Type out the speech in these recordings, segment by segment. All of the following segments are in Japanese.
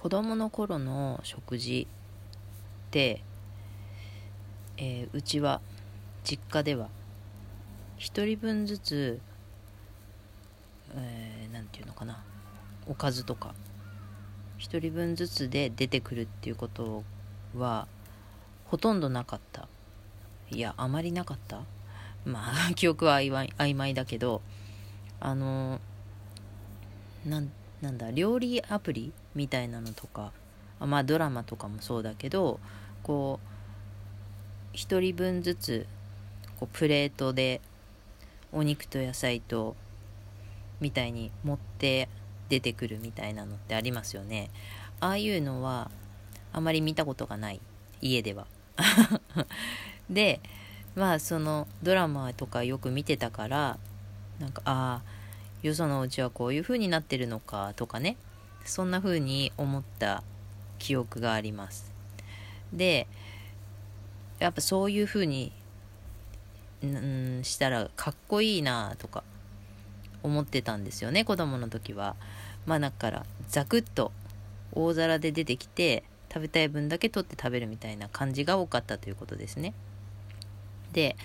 子供の頃の食事で、うちは実家では一人分ずつ、なんていうのかな、おかずとか一人分ずつで出てくるっていうことはほとんどなかった。いや、あまりなかった。まあ記憶は曖昧だけど、なんだ、料理アプリみたいなのとか、まあドラマとかもそうだけど、こう一人分ずつこうプレートでお肉と野菜とみたいに持って出てくるみたいなのってありますよね。ああいうのはあまり見たことがない、家では。で、まあそのドラマとかよく見てたから、なんかよそのうちはこういう風になってるのかとかね、そんな風に思った記憶があります。で、やっぱそういう風にしたらかっこいいなとか思ってたんですよね、子供の時は。まあだからザクッと大皿で出てきて食べたい分だけ取って食べるみたいな感じが多かったということですね。で、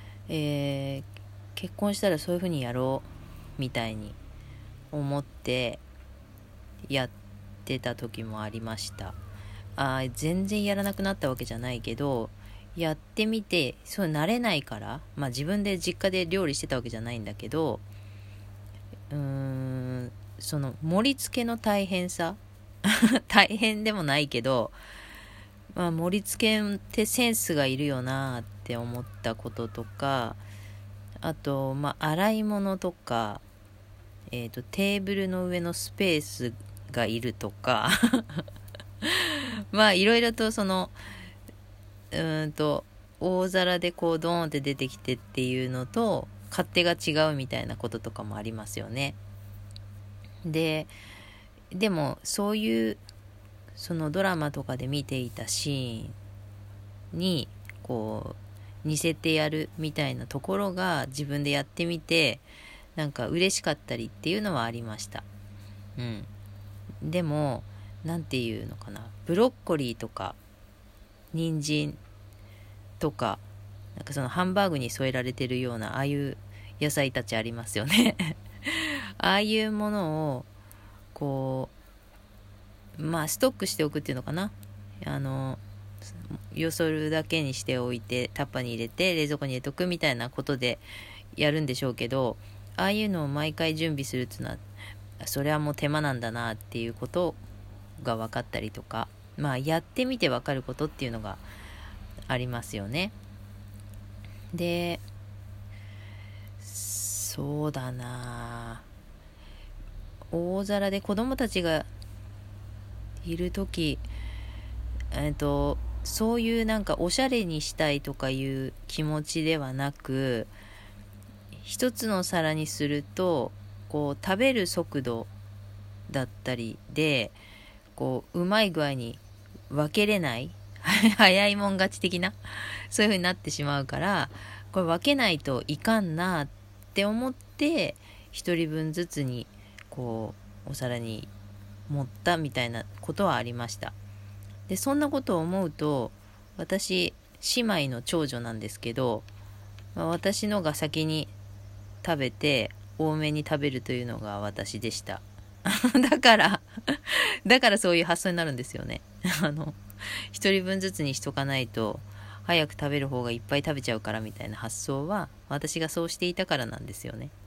結婚したらそういう風にやろうみたいに思ってやってた時もありました。全然やらなくなったわけじゃないけど、やってみてそう慣れないから、まあ自分で実家で料理してたわけじゃないんだけど、その盛り付けの大変さ大変でもないけど、まあ、盛り付けってセンスがいるよなって思ったこととか、あと、まあ、洗い物とか、テーブルの上のスペースがいるとかまあいろいろとその大皿でこうドーンって出てきてっていうのと勝手が違うみたいなこととかもありますよね。でもそういうそのドラマとかで見ていたシーンにこう似せてやるみたいなところが自分でやってみてなんか嬉しかったりっていうのはありました。でもなんていうのかな、ブロッコリーとか人参とか、なんかそのハンバーグに添えられてるようなああいう野菜たちありますよねああいうものをこうまあストックしておくっていうのかな、よそるだけにしておいてタッパーに入れて冷蔵庫に入れとくみたいなことでやるんでしょうけど、ああいうのを毎回準備するっていうのはそれはもう手間なんだなっていうことが分かったりとか、まあやってみて分かることっていうのがありますよね。で、そうだな、大皿で子供たちがいる時、そういうなんかおしゃれにしたいとかいう気持ちではなく、一つの皿にするとこう食べる速度だったりでこううまい具合に分けれない早いもん勝ち的なそういう風になってしまうから、これ分けないといかんなって思って一人分ずつにこうお皿に盛ったみたいなことはありました。でそんなことを思うと、私姉妹の長女なんですけど、私のが先に食べて多めに食べるというのが私でしただからそういう発想になるんですよね一人分ずつにしとかないと早く食べる方がいっぱい食べちゃうからみたいな発想は私がそうしていたからなんですよね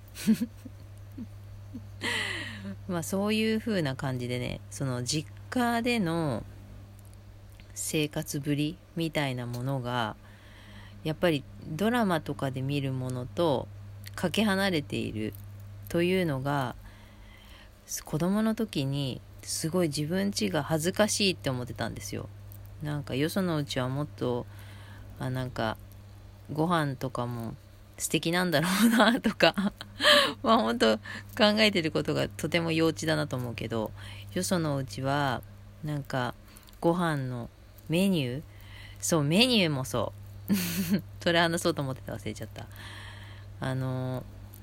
まあそういう風な感じでね、その実家での生活ぶりみたいなものがやっぱりドラマとかで見るものとかけ離れているというのが、子供の時にすごい自分家が恥ずかしいって思ってたんですよ。なんかよそのうちはもっとなんかご飯とかも素敵なんだろうなとかまあ本当考えてることがとても幼稚だなと思うけど、よそのうちはなんかご飯のメニュー、そうメニューもそうそれ話そうと思ってた、忘れちゃった。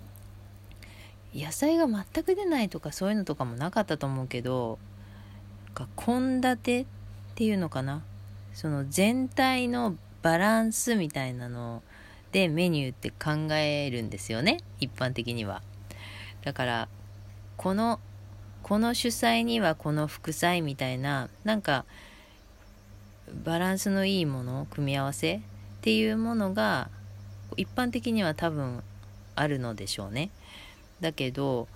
野菜が全く出ないとかそういうのとかもなかったと思うけど、 か献立っていうのかな、その全体のバランスみたいなのでメニューって考えるんですよね、一般的には。だからこの主菜にはこの副菜みたいな、なんかバランスのいいもの組み合わせっていうものが一般的には多分あるのでしょうね。だけど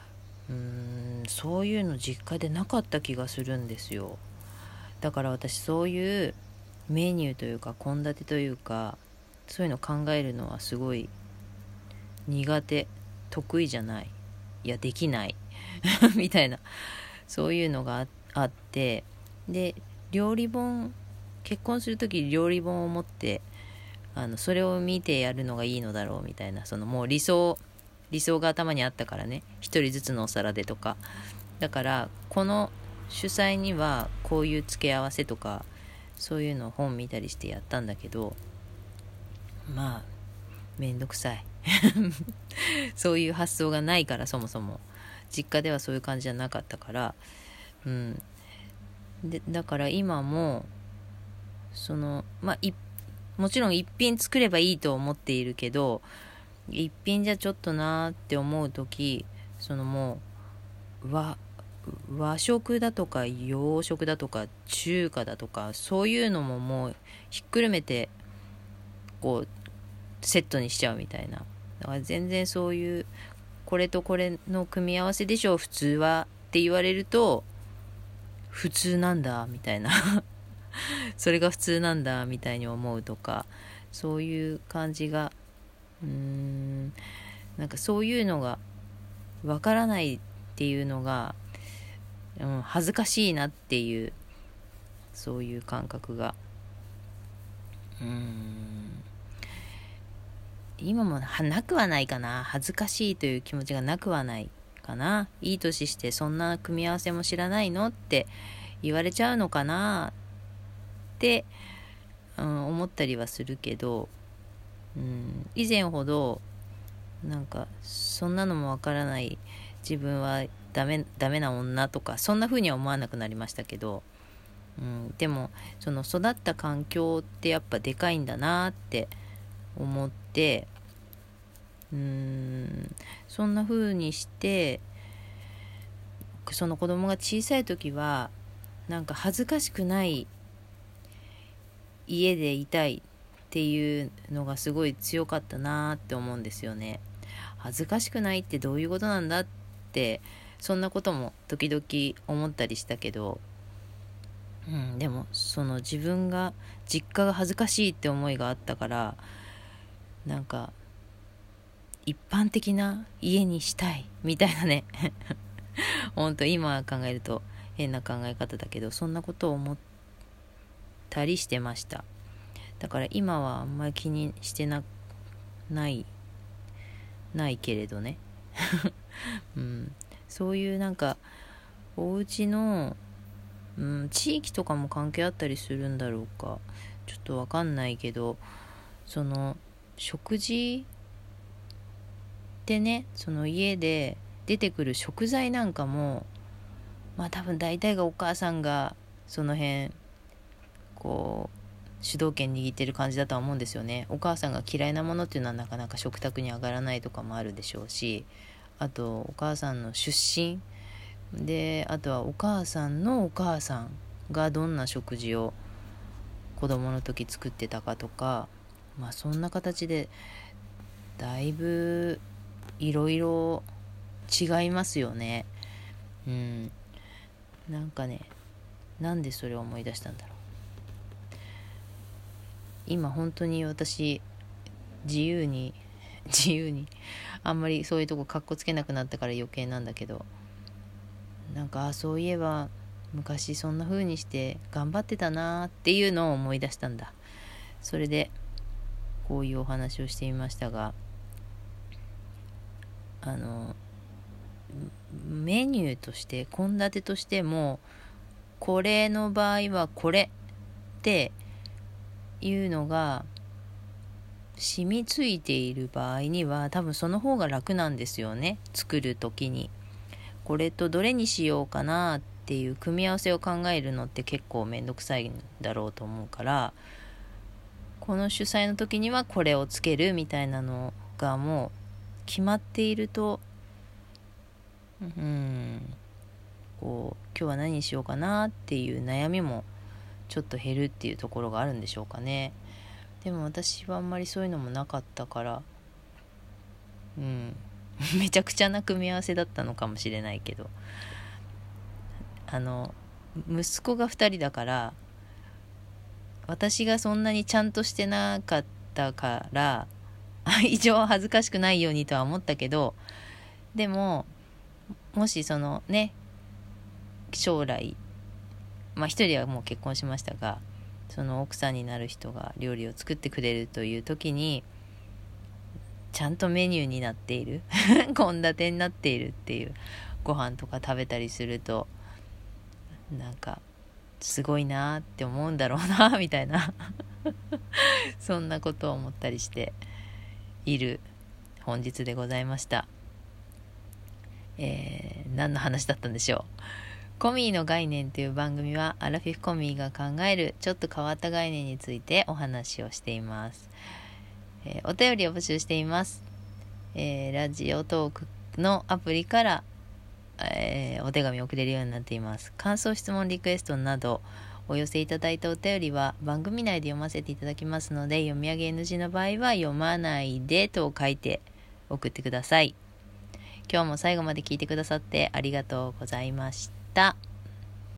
そういうの実家でなかった気がするんですよ。だから私そういうメニューというか献立というかそういうの考えるのはすごい苦手、得意じゃない、いやできないみたいな、そういうのがあって、で料理本、結婚する時料理本を持ってそれを見てやるのがいいのだろうみたいな、そのもう理想が頭にあったからね、一人ずつのお皿でとか、だからこの主菜にはこういう付け合わせとかそういうのを本見たりしてやったんだけど、まあめんどくさいそういう発想がないから、そもそも実家ではそういう感じじゃなかったから、でだから今もそのもちろん一品作ればいいと思っているけど、一品じゃちょっとなーって思う時、そのもう和食だとか洋食だとか中華だとかそういうのももうひっくるめてこうセットにしちゃうみたいな。だから全然そういうこれとこれの組み合わせでしょ普通はって言われると、普通なんだみたいなそれが普通なんだみたいに思うとか、そういう感じがなんかそういうのがわからないっていうのが、恥ずかしいなっていう、そういう感覚が今もなくはないかな。恥ずかしいという気持ちがなくはないかな。いい年してそんな組み合わせも知らないのって言われちゃうのかなって、思ったりはするけど、以前ほどなんかそんなのもわからない自分はダメな女とかそんな風には思わなくなりましたけど、でもその育った環境ってやっぱでかいんだなって思って、そんな風にして、その子供が小さい時はなんか恥ずかしくない家でいたいっていうのがすごい強かったなって思うんですよね。恥ずかしくないってどういうことなんだって、そんなことも時々思ったりしたけど、でもその自分が実家が恥ずかしいって思いがあったから、なんか一般的な家にしたいみたいなね本当今考えると変な考え方だけど、そんなことを思ったりしてました。だから今はあんまり気にしてないけれどねそういうなんかお家の、地域とかも関係あったりするんだろうか、ちょっとわかんないけど、その食事ってね、その家で出てくる食材なんかも多分大体がお母さんがその辺こう主導権握ってる感じだとは思うんですよね。お母さんが嫌いなものっていうのはなかなか食卓に上がらないとかもあるでしょうし、あとお母さんの出身で、あとはお母さんのお母さんがどんな食事を子供の時作ってたかとか、そんな形でだいぶいろいろ違いますよね。なんかね、なんでそれを思い出したんだろう。今本当に私自由にあんまりそういうとこかっこつけなくなったから余計なんだけど、なんかそういえば昔そんな風にして頑張ってたなっていうのを思い出したんだ。それでこういうお話をしてみましたが、メニューとして献立としてもこれの場合はこれっていうのが染みついている場合には多分その方が楽なんですよね。作る時にこれとどれにしようかなってっていう組み合わせを考えるのって結構めんどくさいんだろうと思うから、この主催の時にはこれをつけるみたいなのがもう決まっていると、こう今日は何にしようかなっていう悩みもちょっと減るっていうところがあるんでしょうかね。でも私はあんまりそういうのもなかったから、めちゃくちゃな組み合わせだったのかもしれないけど、息子が2人だから、私がそんなにちゃんとしてなかったから一応恥ずかしくないようにとは思ったけど、でももしそのね、将来一人はもう結婚しましたが、その奥さんになる人が料理を作ってくれるという時にちゃんとメニューになっている献立になっているっていうご飯とか食べたりすると、なんかすごいなって思うんだろうなみたいなそんなことを思ったりしている本日でございました。何の話だったんでしょう。コミーの概念という番組はアラフィフコミーが考えるちょっと変わった概念についてお話をしています。お便りを募集しています。ラジオトークのアプリから、お手紙を送れるようになっています。感想、質問、リクエストなどお寄せいただいたお便りは番組内で読ませていただきますので、読み上げ NG の場合は読まないでと書いて送ってください。今日も最後まで聞いてくださってありがとうございました。